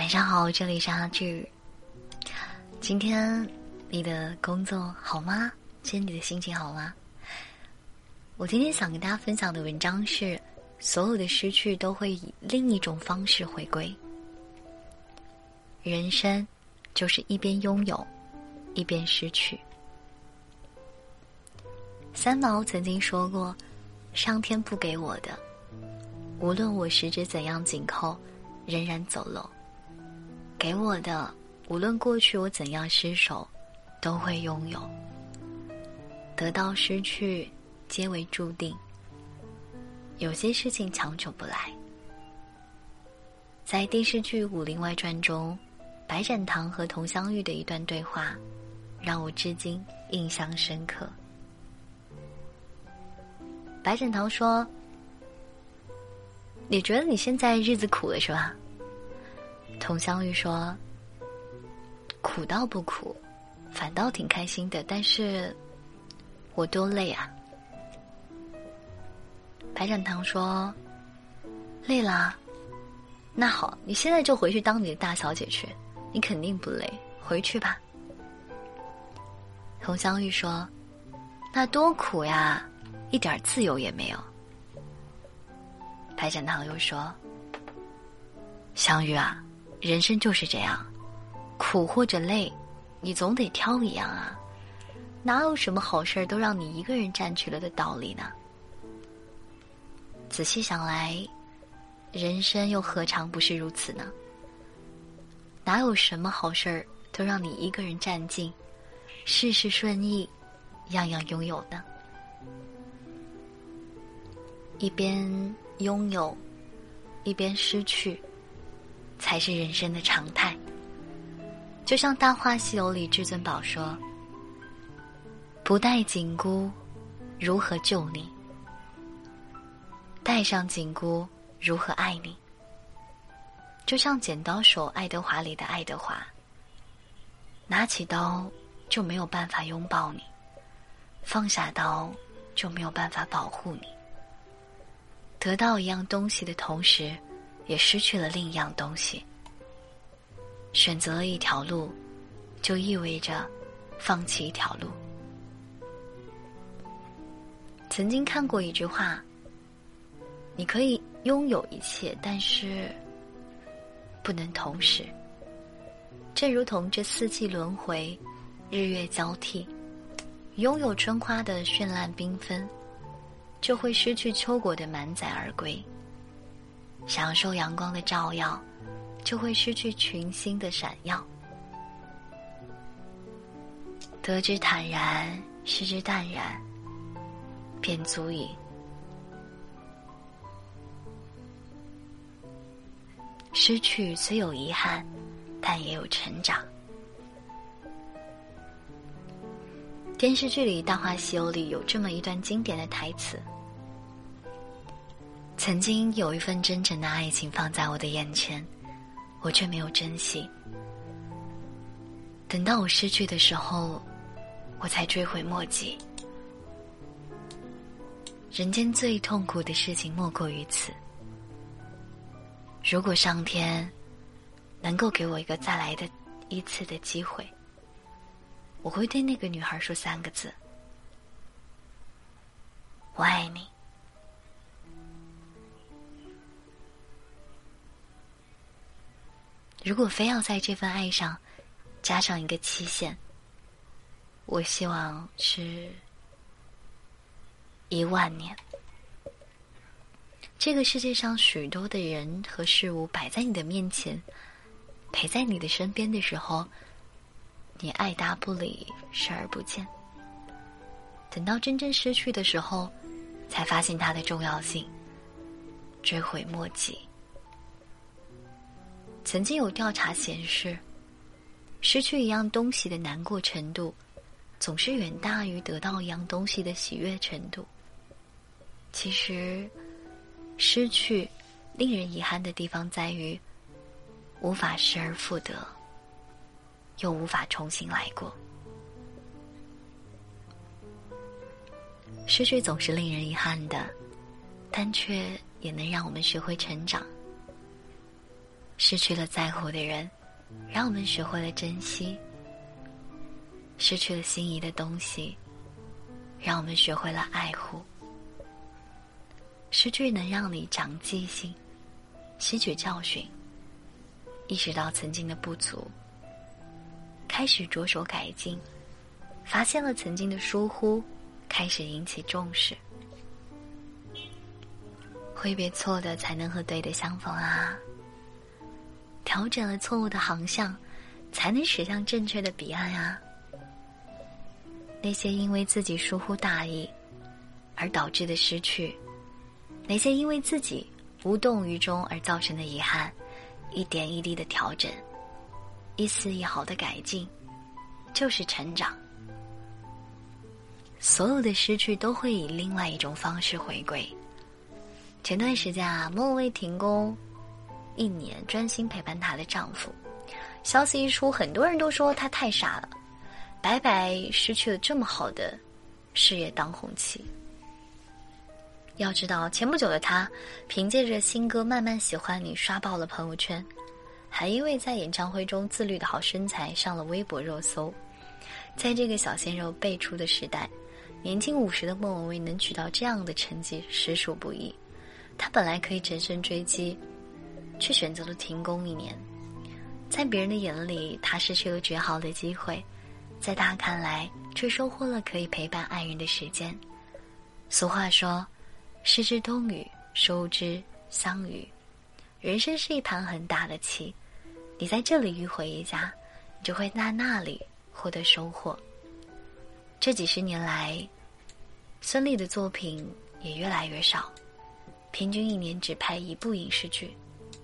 晚上好，这里是阿志。今天你的工作好吗？今天你的心情好吗？我今天想跟大家分享的文章是：所有的失去都会以另一种方式回归。人生就是一边拥有，一边失去。三毛曾经说过，上天不给我的，无论我十指怎样紧扣，仍然走漏；给我的，无论过去我怎样失手，都会拥有。得到失去皆为注定，有些事情强求不来。在电视剧《武林外传》中，白展堂和佟湘玉的一段对话让我至今印象深刻。白展堂说，你觉得你现在日子苦了是吧？佟湘玉说，苦倒不苦，反倒挺开心的，但是我多累啊。白展堂说，累啦，那好，你现在就回去当你的大小姐去，你肯定不累，回去吧。佟湘玉说，那多苦呀，一点自由也没有。白展堂又说，湘玉啊，人生就是这样，苦或者累，你总得挑一样啊，哪有什么好事都让你一个人占据了的道理呢？仔细想来，人生又何尝不是如此呢？哪有什么好事都让你一个人占尽，事事顺意，样样拥有呢？一边拥有，一边失去，才是人生的常态。就像《大话西游》里至尊宝说，不带紧箍，如何救你？带上紧箍，如何爱你？就像剪刀手爱德华里的爱德华，拿起刀就没有办法拥抱你，放下刀就没有办法保护你。得到一样东西的同时，也失去了另一样东西。选择了一条路，就意味着放弃一条路。曾经看过一句话，你可以拥有一切，但是不能同时。正如同这四季轮回，日月交替，拥有春花的绚烂缤纷，就会失去秋果的满载而归；享受阳光的照耀，就会失去群星的闪耀。得之坦然，失之淡然，便足矣。失去虽有遗憾，但也有成长。电视剧里《大话西游》里有这么一段经典的台词，曾经有一份真诚的爱情放在我的眼前，我却没有珍惜。等到我失去的时候，我才追悔莫及。人间最痛苦的事情莫过于此。如果上天能够给我一个再来的一次的机会，我会对那个女孩说3个字：我爱你。如果非要在这份爱上加上一个期限，我希望是10000年。这个世界上许多的人和事物摆在你的面前，陪在你的身边的时候，你爱答不理，视而不见。等到真正失去的时候，才发现它的重要性，追悔莫及。曾经有调查显示，失去一样东西的难过程度，总是远大于得到一样东西的喜悦程度。其实，失去令人遗憾的地方在于，无法失而复得，又无法重新来过。失去总是令人遗憾的，但却也能让我们学会成长。 失去了在乎的人，让我们学会了珍惜；失去了心仪的东西，让我们学会了爱护。失去能让你长记性，吸取教训，意识到曾经的不足，开始着手改进，发现了曾经的疏忽，开始引起重视。挥别错的，才能和对的相逢啊！调整了错误的航向，才能驶向正确的彼岸啊！那些因为自己疏忽大意而导致的失去，那些因为自己无动于衷而造成的遗憾，一点一滴的调整，一丝一毫的改进，就是成长。所有的失去都会以另外一种方式回归。前段时间啊，莫文蔚停工1年，专心陪伴她的丈夫。消息一出，很多人都说她太傻了，白白失去了这么好的事业当红期。要知道，前不久的她凭借着新歌《慢慢喜欢你》刷爆了朋友圈，还因为在演唱会中自律的好身材上了微博热搜。在这个小鲜肉辈出的时代，年近50的莫文蔚能取到这样的成绩实属不易。她本来可以乘胜追击，却选择了停工1年。在别人的眼里，她失去了绝好的机会，在她看来，却收获了可以陪伴爱人的时间。俗话说，失之东隅，收之桑榆。人生是一盘很大的棋，你在这里迂回一下，你就会在那里获得收获。这几十年来，孙俪的作品也越来越少，平均1年只拍1部影视剧。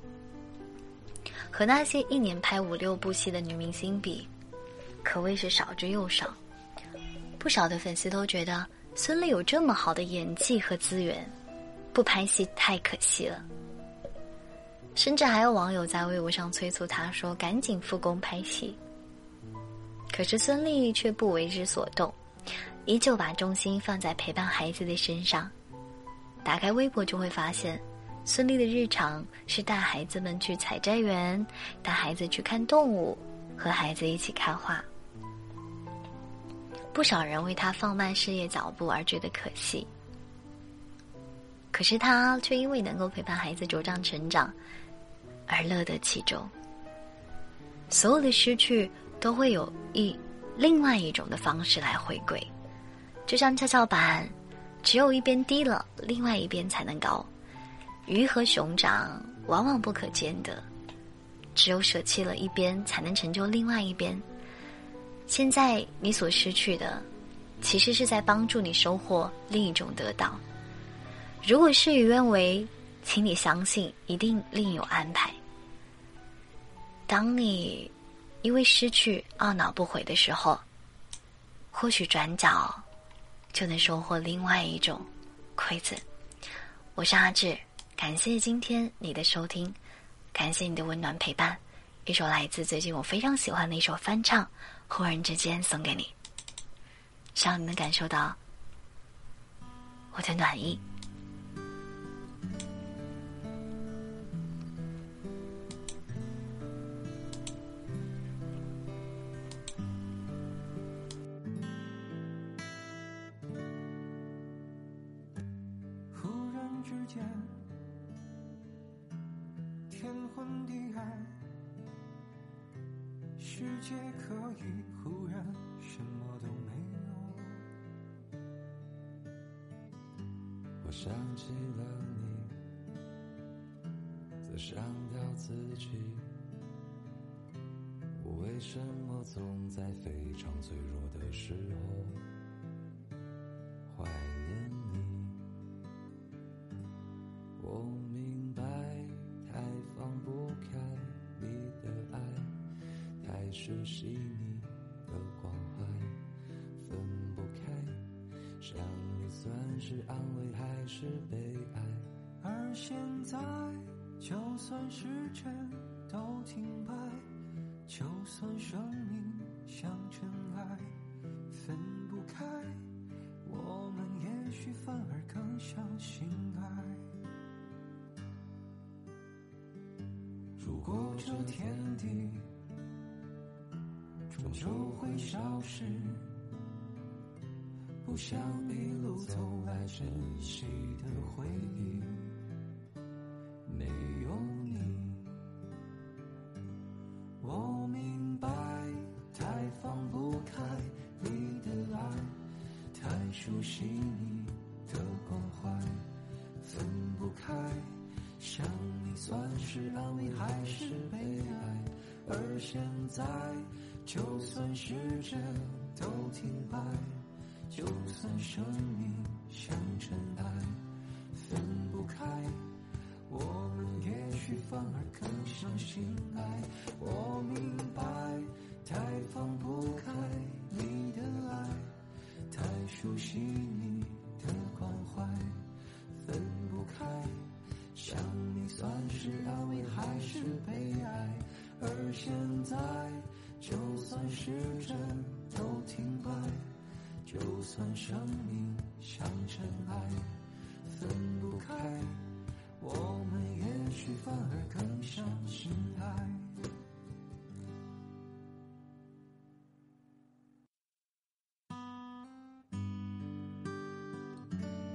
和那些1年拍5、6部戏的女明星比，可谓是少之又少。不少的粉丝都觉得孙俪有这么好的演技和资源，不拍戏太可惜了。甚至还有网友在微博上催促她说赶紧复工拍戏。可是孙俪却不为之所动，依旧把重心放在陪伴孩子的身上。打开微博就会发现，孙俪的日常是带孩子们去采摘园，带孩子去看动物，和孩子一起看画。不少人为她放慢事业脚步而觉得可惜，可是她却因为能够陪伴孩子茁壮成长而乐得其中。所有的失去都会有另外一种的方式来回归，就像跷跷板，只有一边低了，另外一边才能高。鱼和熊掌往往不可兼得，只有舍弃了一边，才能成就另外一边。现在你所失去的，其实是在帮助你收获另一种得到。如果事与愿违，请你相信，一定另有安排。当你因为失去懊恼不悔的时候，或许转角就能收获另外一种馈赠。我是阿志，感谢今天你的收听，感谢你的温暖陪伴。一首来自最近我非常喜欢的一首翻唱，忽然之间送给你，希望你能感受到我的暖意。 之间，天昏地暗，世界可以忽然什么都没有。我想起了你，在伤掉自己。我为什么总在非常脆弱的时候怀念你？我明白，太放不开你的爱，太熟悉你的关怀，分不开，想你算是安慰还是悲哀？而现在，就算时针都停摆，就算生命像尘埃，分不开，我们也许反而更相信爱。如过这天地，终究会消失。不想一路走来珍惜的回忆，没有你。我明白，太放不开你的爱，太熟悉你的关怀，分不开。想你算是安慰还是悲哀？而现在，就算试着都停摆，就算生命像尘埃，分不开。我们也许反而更相信爱。我明白，太放不开你的爱，太熟悉你的关怀，分不开。想你算是安慰还是悲哀？而现在，就算时针都停摆，就算生命像尘埃，分不开。我们也许反而更